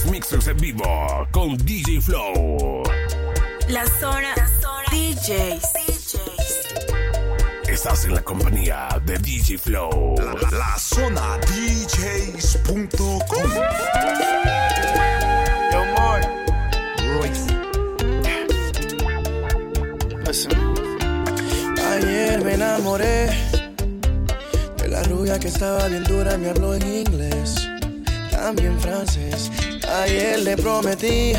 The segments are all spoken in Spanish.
mejores mixes en vivo con DJ Flow. La zona DJs. Estás en la compañía de DJ Flow. La zona DJs.com. Yo, Mark. Royce. Listen. Ayer me enamoré de la rubia que estaba bien dura, me habló en inglés, también francés. Ayer le prometí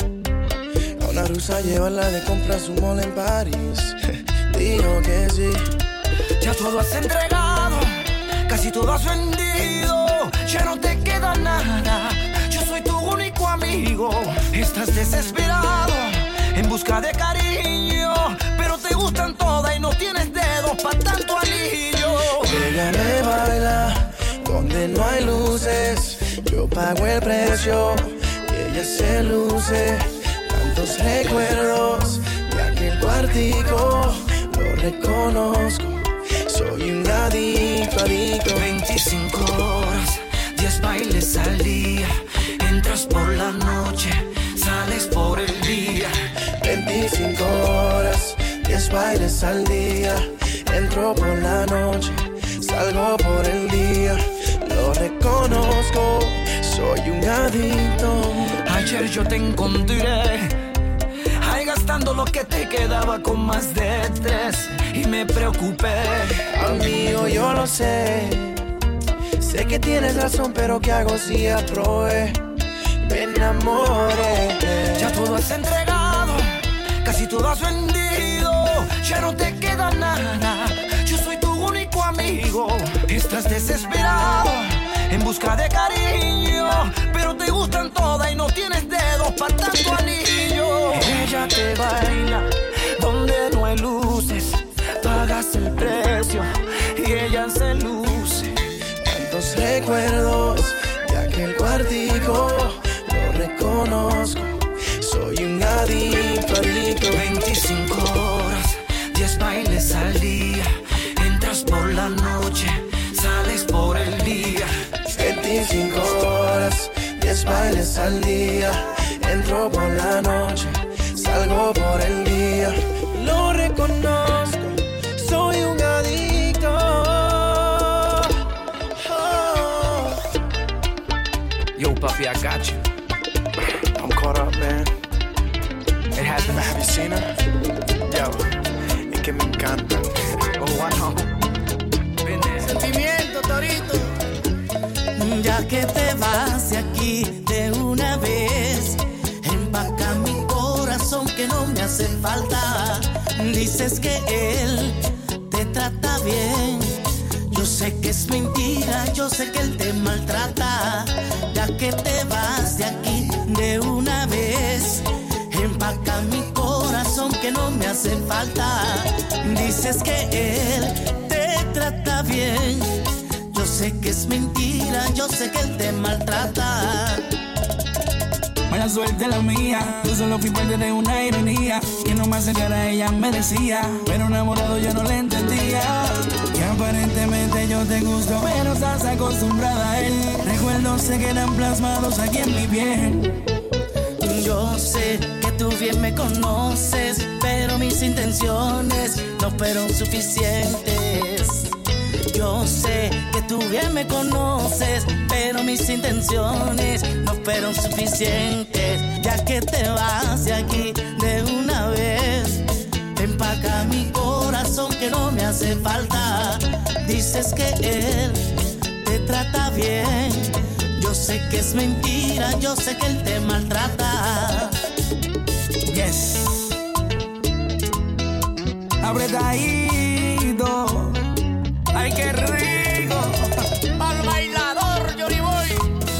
a una rusa llevarla de compras a su mall en París. Dijo que sí. Ya todo has entregado, casi todo has vendido. Ya no te queda nada, yo soy tu único amigo. Estás desesperado, en busca de cariño, pero te gustan todas y no tienes dedos para tanto anillo. Ella me baila donde no hay luces, yo pago el precio y ella se luce. Tantos recuerdos de aquel cuartico, lo reconozco, soy un adicto. 25 horas, 10 bailes al día. Entras por la noche, sales por el día. 25 horas, 10 bailes al día. Entro por la noche, salgo por el día. Lo reconozco, soy un adicto. Ayer yo te encontré ahí gastando lo que te quedaba con más de 3 y me preocupé. Amigo, yo lo sé, sé que tienes razón, pero ¿qué hago si aprobé? Me enamoré. Ya todo has entregado, casi todo has vendido. Ya no te queda nada, yo soy tu único amigo. Estás desesperado, en busca de cariño, pero te gustan todas y no tienes dedos para tanto anillo. Ella te baila donde no hay luces, pagas el precio y ella se luce. Tantos recuerdos de aquel cuartico, lo reconozco, soy un adicto. 25 horas, 10 bailes al día. Entras por la noche, sales por el día. 25 horas, 10 bailes al día. Entro por la noche, salgo por el día. Lo reconozco, soy un adicto. Oh. Yo, Puffy, I got you. I'm caught up, man. It happened. Have you seen her? Yo, es que me encantan. Oh, wow. Been there. Sentimiento, Torito. Ya que te vas de aquí de una vez, empaca mi corazón que no me hace falta. Dices que él te trata bien, yo sé que es mentira, yo sé que él te maltrata. Ya que te vas de aquí de una vez, empaca mi corazón que no me hace falta. Dices que él te trata bien, yo sé que es mentira, yo sé que él te maltrata. Mala suerte la mía, yo solo fui parte de una ironía. Que no me acercara a ella me decía, pero enamorado yo no le entendía. Que aparentemente yo te gusto, pero estás acostumbrada a él. Recuerdos se quedan plasmados aquí en mi piel. Yo sé que tú bien me conoces, pero mis intenciones no fueron suficientes. Yo sé que tú bien me conoces, pero mis intenciones no fueron suficientes. Ya que te vas de aquí de una vez, empaca mi corazón que no me hace falta. Dices que él te trata bien, yo sé que es mentira, yo sé que él te maltrata. Yes. Apretadito. Ay, qué rico. Al bailador, Johnny Boy.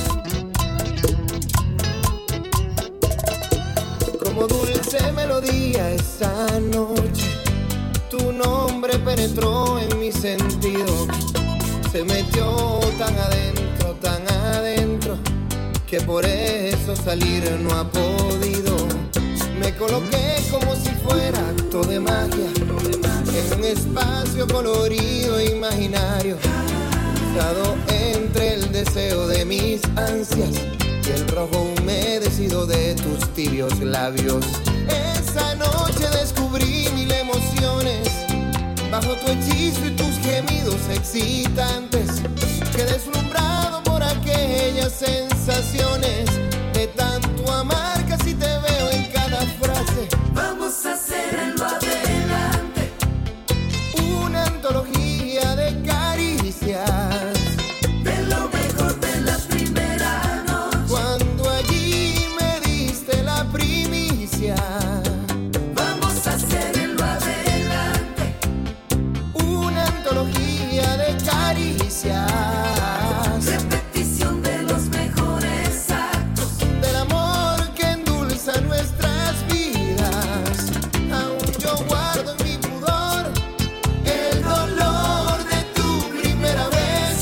Como dulce melodía esa noche, tu nombre penetró en mi sentido. Se metió tan adentro, que por eso salir no ha podido. Me coloqué como si fuera acto de magia, en un espacio colorido e imaginario. mojado entre el deseo de mis ansias y el rojo humedecido de tus tibios labios. Esa noche descubrí mil emociones bajo tu hechizo y tus gemidos excitantes. Quedé deslumbrado por aquellas sensaciones de tanto amar, casi te veo en cada frase. Vamos a hacerlo adelante. Una antología de caricias, de lo mejor de la primera noche. cuando allí me diste la primicia. Vamos a hacerlo adelante. Una antología de caricias, Repetición de los mejores actos. del amor que endulza nuestras vidas. Aún yo guardo en mi pudor el dolor de tu primera vez.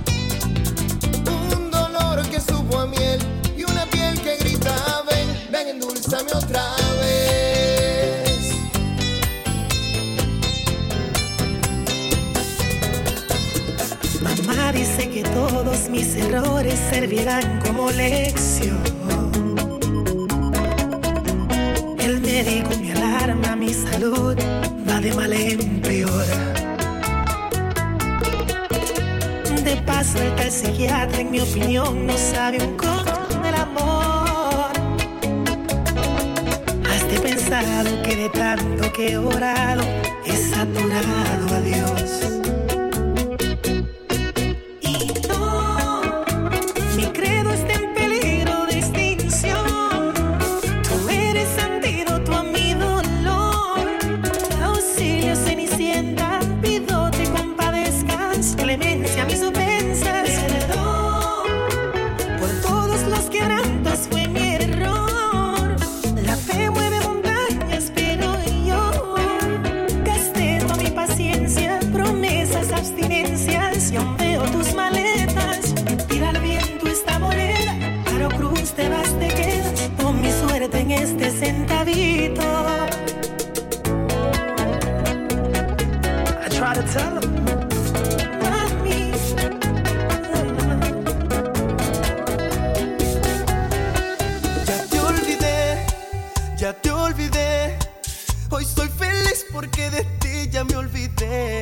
Un dolor que supo a miel y una piel que grita: ven, ven, endulzame otra vez. Mamá dice que todos mis errores servirán como lección. El médico me alarma, mi salud va de mal en peor. De paso el tal psiquiatra, en mi opinión, no sabe un coco del amor. Has de pensado que de tanto que he orado he saturado a Dios. Mi credo está en peligro de extinción. Tú eres antídoto a mi dolor. Auxilio, Cenicienta, pido te compadezcas. Clemencia a mis ofensas. Perdón por todos los quebrantos, fue mi error. La fe mueve montañas, pero yo gasté toda mi paciencia, promesas, abstinencias. Yo veo tus maletas. Tira al viento esta moneda, Caro Cruz, te vas, te quedas. Pon mi suerte en este centavito. I try to tell him, mami. Ya te olvidé. Hoy soy feliz porque de ti ya me olvidé.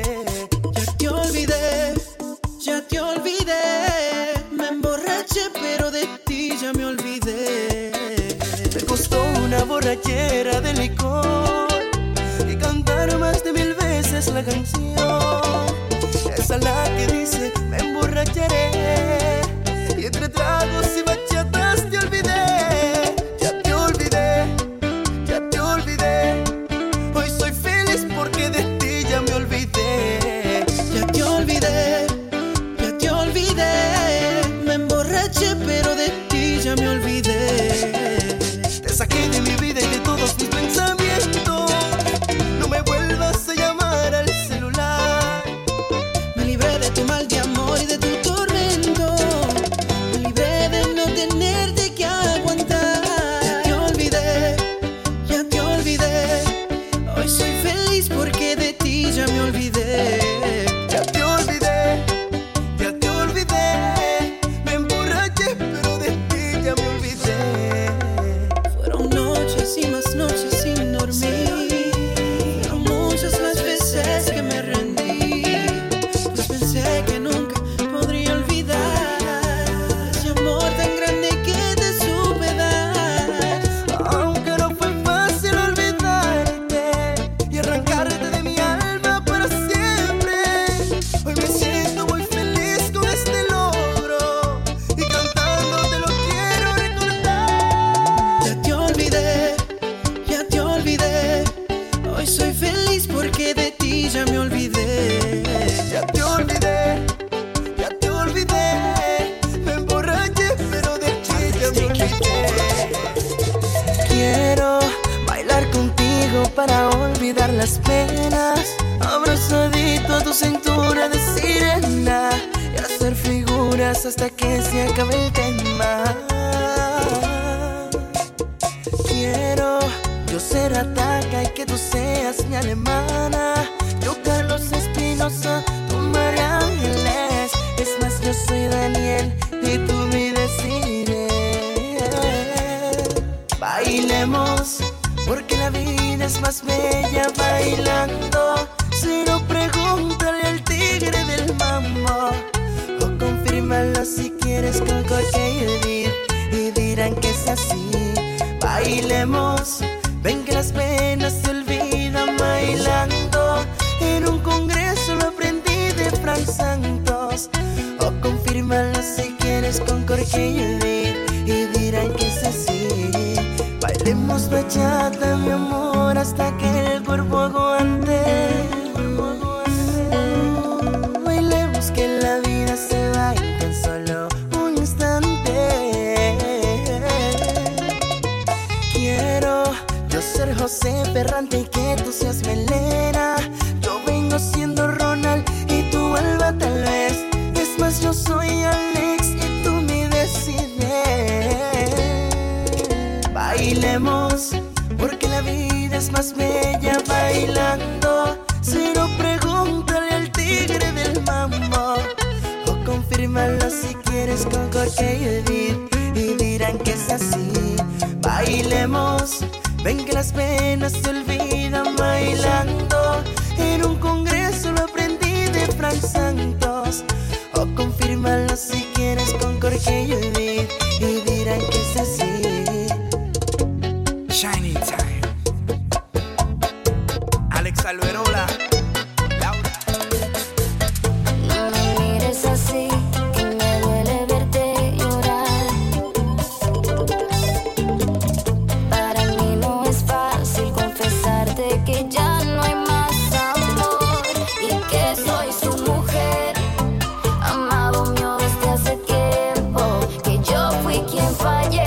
Ya te olvidé. Me emborraché, pero de ti ya me olvidé. Me costó una borrachera de licor y cantar más de 1000 veces la canción. Esa la que dice: me emborracharé. Y entre tragos y bachatas te olvidé. Ya te olvidé. Ya te olvidé. Hoy soy feliz porque de ti ya me olvidé. Ya te olvidé. Ya te olvidé. Me emborraché, pero de ti ya me olvidé. Te saqué de mi vida y de todos mis pensamientos. No me vuelvas a llamar al celular. Me libré de tu mal de amor y de tu tormento. Me libré de no tenerte que aguantar. Ya te olvidé. Ya te olvidé. Hoy soy feliz porque de ti ya me olvidé. Ya te olvidé. Ya te olvidé. Me emborraché, pero de ti ya me olvidé. Fueron noches y más noches sin dormir. Fueron muchas las veces que me rendí, pues pensé que nunca podría olvidar ese amor tan grande que te supe dar. Aunque no fue fácil olvidarte y arrancarte de mi alma para siempre, hoy me siento muy feliz con este logro y cantando te lo quiero recordar. Ya te olvidé. Ya te olvidé. Hoy soy feliz porque de ti ya me olvidé. Ya te olvidé. Ya te olvidé. Me emborraché, pero de ti ya me olvidé. Quiero bailar contigo para olvidar las penas, abrazadito a tu cintura de sirena, y hacer figuras hasta que se acabe el tema. Quiero yo ser Ataca y que tú seas mi alemana. Yo Carlos Espinosa, tú María Ángeles. Es más yo soy Daniel y tú me decides. Bailemos, porque la vida es más bella bailando. Si no, pregúntale al tigre del mambo, o confírmalo si quieres con Jorge y Edith, y dirán que es así. Bailemos, ven que las penas se olvidan bailando. En un congreso lo aprendí de Frank Santos, o confírmalo si quieres con Jorge y Edith, y dirán que es así. Bailemos bachata, mi amor, hasta que el cuerpo aguante. Bailemos que la vida se va en tan solo un instante. Quiero yo ser José Ferrante y que tú seas Melena. Yo vengo siendo Ronald y tú Alba tal vez. Es más, yo soy Alex y tú me decides. Bailemos, porque la vida es más bella bailando. Si no, pregúntale al tigre del mambo, o confírmalo si quieres con Jorge y Edith, y dirán que es así. Bailemos, ven que las penas se olvidan bailando. En un congreso lo aprendí de Frank Santos, o confírmalo si quieres con Jorge y Edith, y dirán que es así. Shining Time. Alex Alberola. Laura. No me mires así, que me duele verte llorar. Para mí no es fácil confesarte que ya no hay más amor y que soy su mujer. Amado mío desde hace tiempo, que yo fui quien fallé.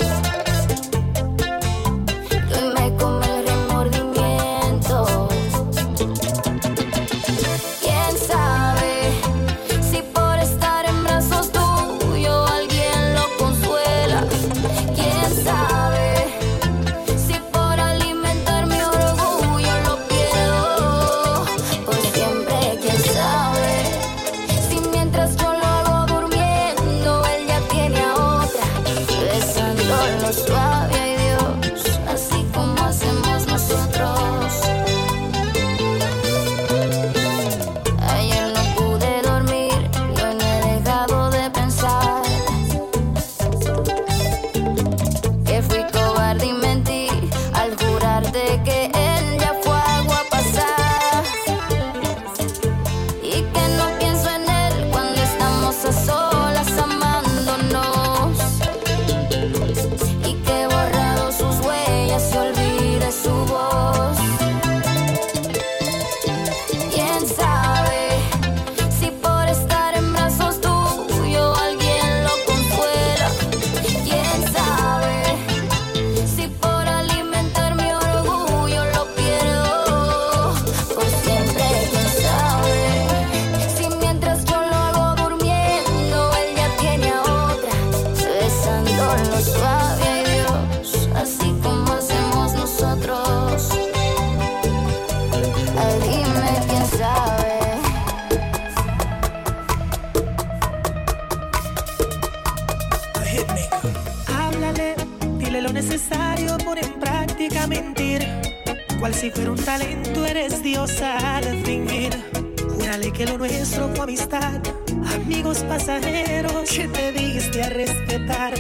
Cual si fuera un talento, eres diosa al fingir. Júrale que lo nuestro fue amistad, amigos pasajeros que te diste a respetar.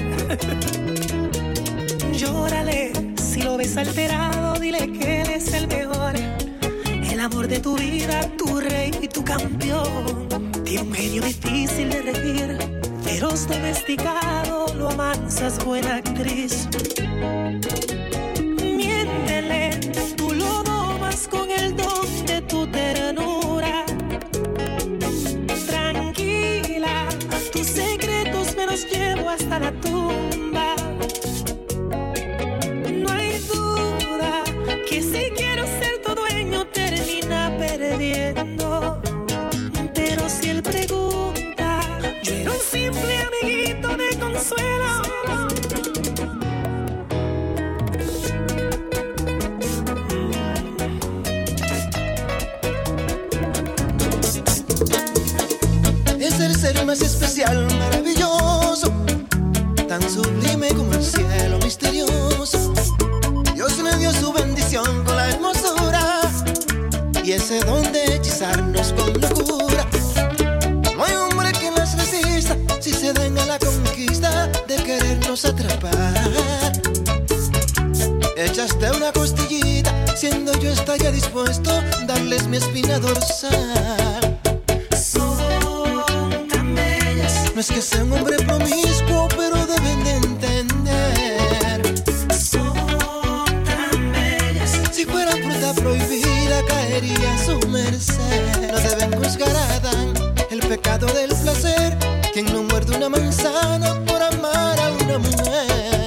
Llórale, si lo ves alterado, dile que él es el mejor. El amor de tu vida, tu rey y tu campeón. Tiene un genio difícil de regir, feroz domesticado, lo amansas, buena actriz. Miéntele, tú lo domas con el don de tu ternura. Tranquila, tus secretos me los llevo hasta la tumba. No hay duda que si quiero ser tu dueño termina perdiendo. Pero si él pregunta, yo era un simple amiguito de consuelo. Es el ser más especial tan sublime como el cielo misterioso. Dios me dio su bendición con la hermosura y ese don de hechizarnos con locura. No hay hombre que las resista si se den a la conquista de querernos atrapar. Echaste una costillita, siendo yo estaría dispuesto darles mi espina dorsal. Son tan bellas. No es que sea un hombre promiscuo, pero deben de entender. Son tan bellas. Si fuera fruta prohibida, caería a su merced. No deben juzgar a Adán el pecado del placer, quien no muerde una manzana por amar a una mujer.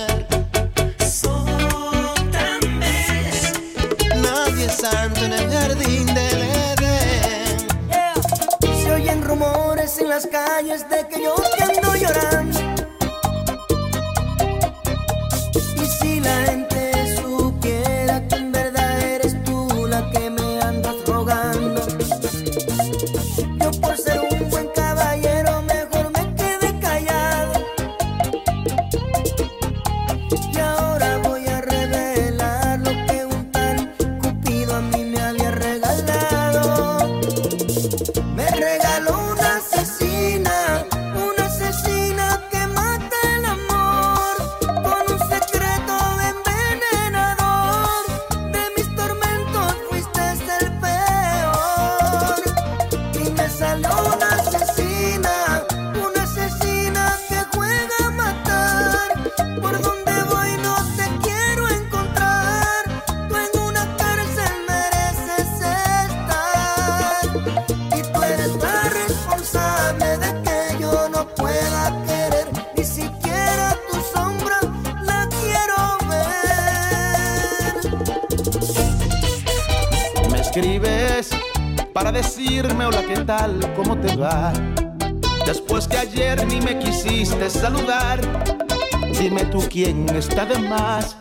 Santo en el jardín del Edén. Se oyen rumores en las calles de que yo te ando llorando. Y si la gente supiera que en verdad eres tú la que me andas rogando, yo por ser un buen caballero mejor me quedé callado. Y ahora voy a revelar lo que un tal Cupido a mí me había regalado. Me regaló una asesina que mata el amor, con un secreto envenenador. De mis tormentos fuiste el peor. Y me salió una asesina que juega a matar. Por donde voy no te quiero encontrar. Tú en una cárcel mereces estar. Y tú eres la responsable de que yo no pueda querer. Ni siquiera tu sombra la quiero ver. Me escribes para decirme hola, ¿qué tal? ¿Cómo te va? Después que ayer ni me quisiste saludar, dime tú quién está de más.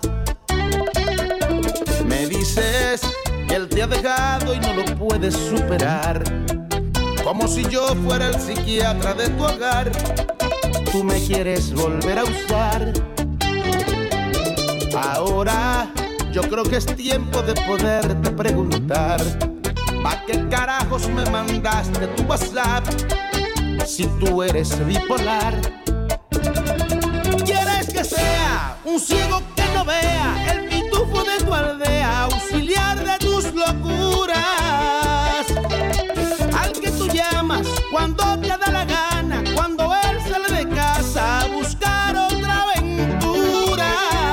Me dices que él te ha dejado y no lo puedes superar, como si yo fuera el psiquiatra de tu hogar. Tú me quieres volver a usar. Ahora yo creo que es tiempo de poderte preguntar, ¿pa' qué carajos me mandaste tu WhatsApp si tú eres bipolar? ¿Quieres que sea un ciego que no vea, el pitufo de tu aldea, auxiliar de tus locuras, al que tú llamas cuando te da la gana, cuando él sale de casa a buscar otra aventura?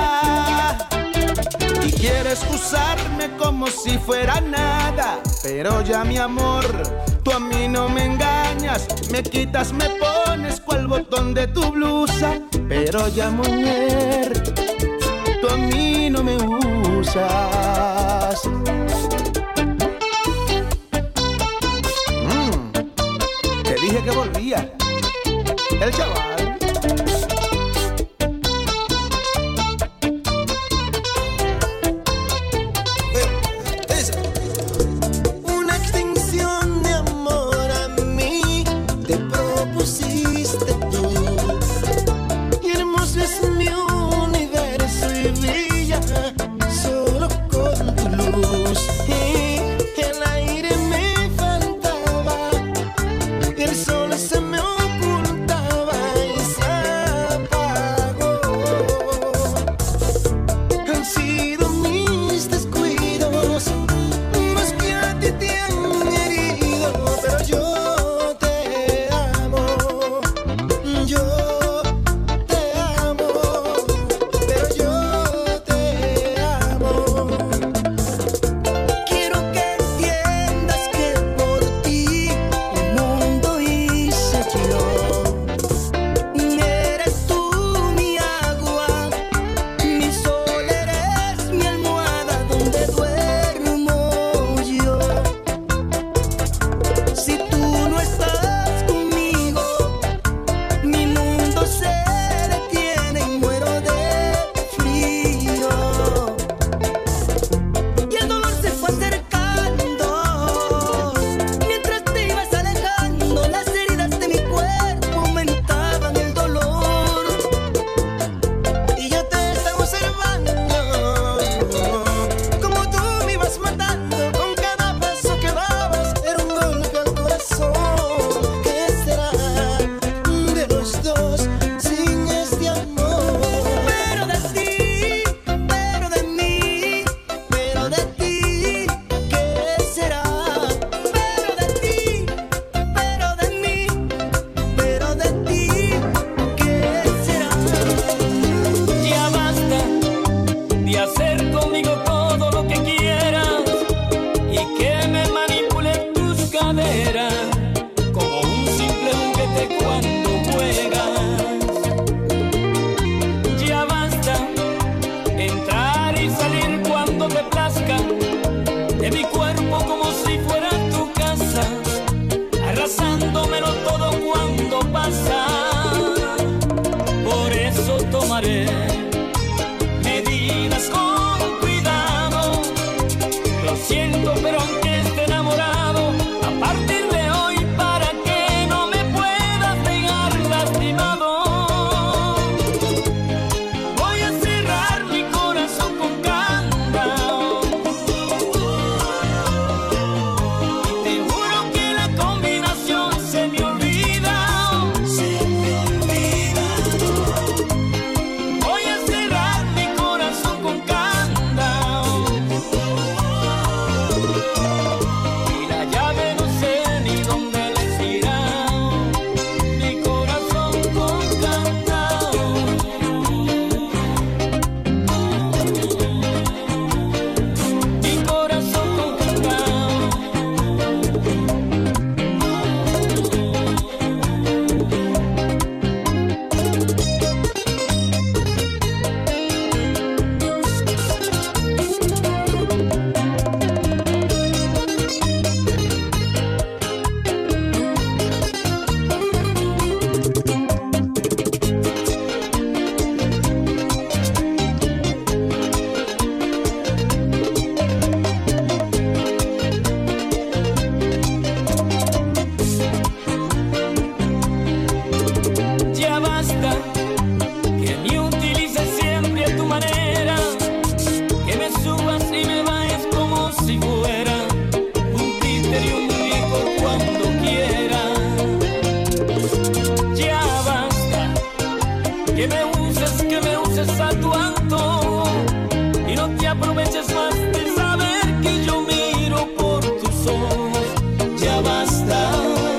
Y quieres usarme como si fuera nada, pero ya mi amor, tú a mí no me engañas. Me quitas, me pones cual botón de tu blusa, pero ya mujer, tú a mí no me usas. Te dije que volvía el chaval. Una extinción de amor a mí te propusiste tú. Y hermoso es mi universo y brilla solo con tu luz. Y el aire me faltaba y el sol se me ocultaba. tomaré medidas con cuidado. Lo siento, pero aunque esté enamorado, a partir de hoy para que no me puedas dejar lastimado, voy a cerrar mi corazón con candado. Y te juro que la combinación se me olvida. Voy a cerrar mi corazón con candado. Y la llave no sé ni dónde le irá. Mi corazón con candado. Mi corazón con candado. Ya basta que me utilices siempre a tu manera, que me subas y me bajes como si fuera un títere y un muñeco cuando quiera. Ya basta que me uses a tu antojo y no te aproveches más de saber que yo miro por tus ojos. Ya basta,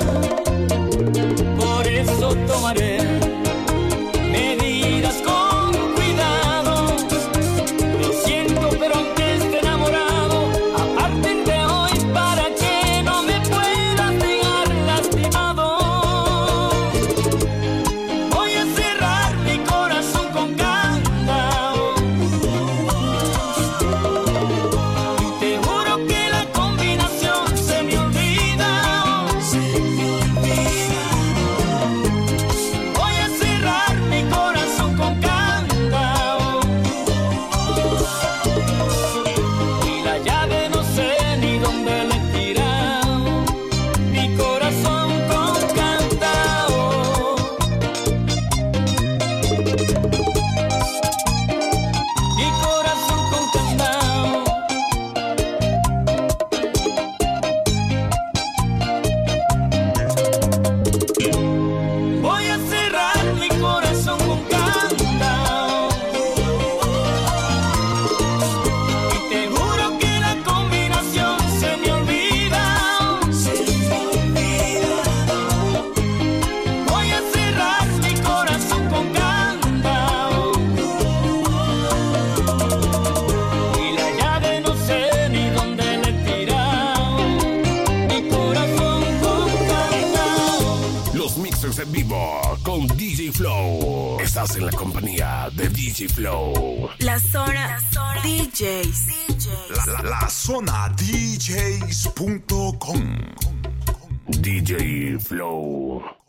por eso tomaré medidas con cuidado. Lo siento, pero aunque esté enamorado, a partir de hoy para que no me puedas dejar lastimado, voy a cerrar mi corazón con candado. Y te juro que la combinación se me olvida. Voy a cerrar mi corazón con candado. Y la llave no sé ni dónde le he tirado. Mi corazón con candado. Mi corazón con candado. Voy a cerrar mi corazón con candado. Y te juro que la combinación se me olvida. Voy a cerrar mi corazón con candado. Y la llave no sé ni dónde le he tirado. Mi corazón con candado. Los mixers en vivo con DJ Flow. Estás en la compañía de DJ Flow. La zona DJs. La zona DJs.com. DJ Flow.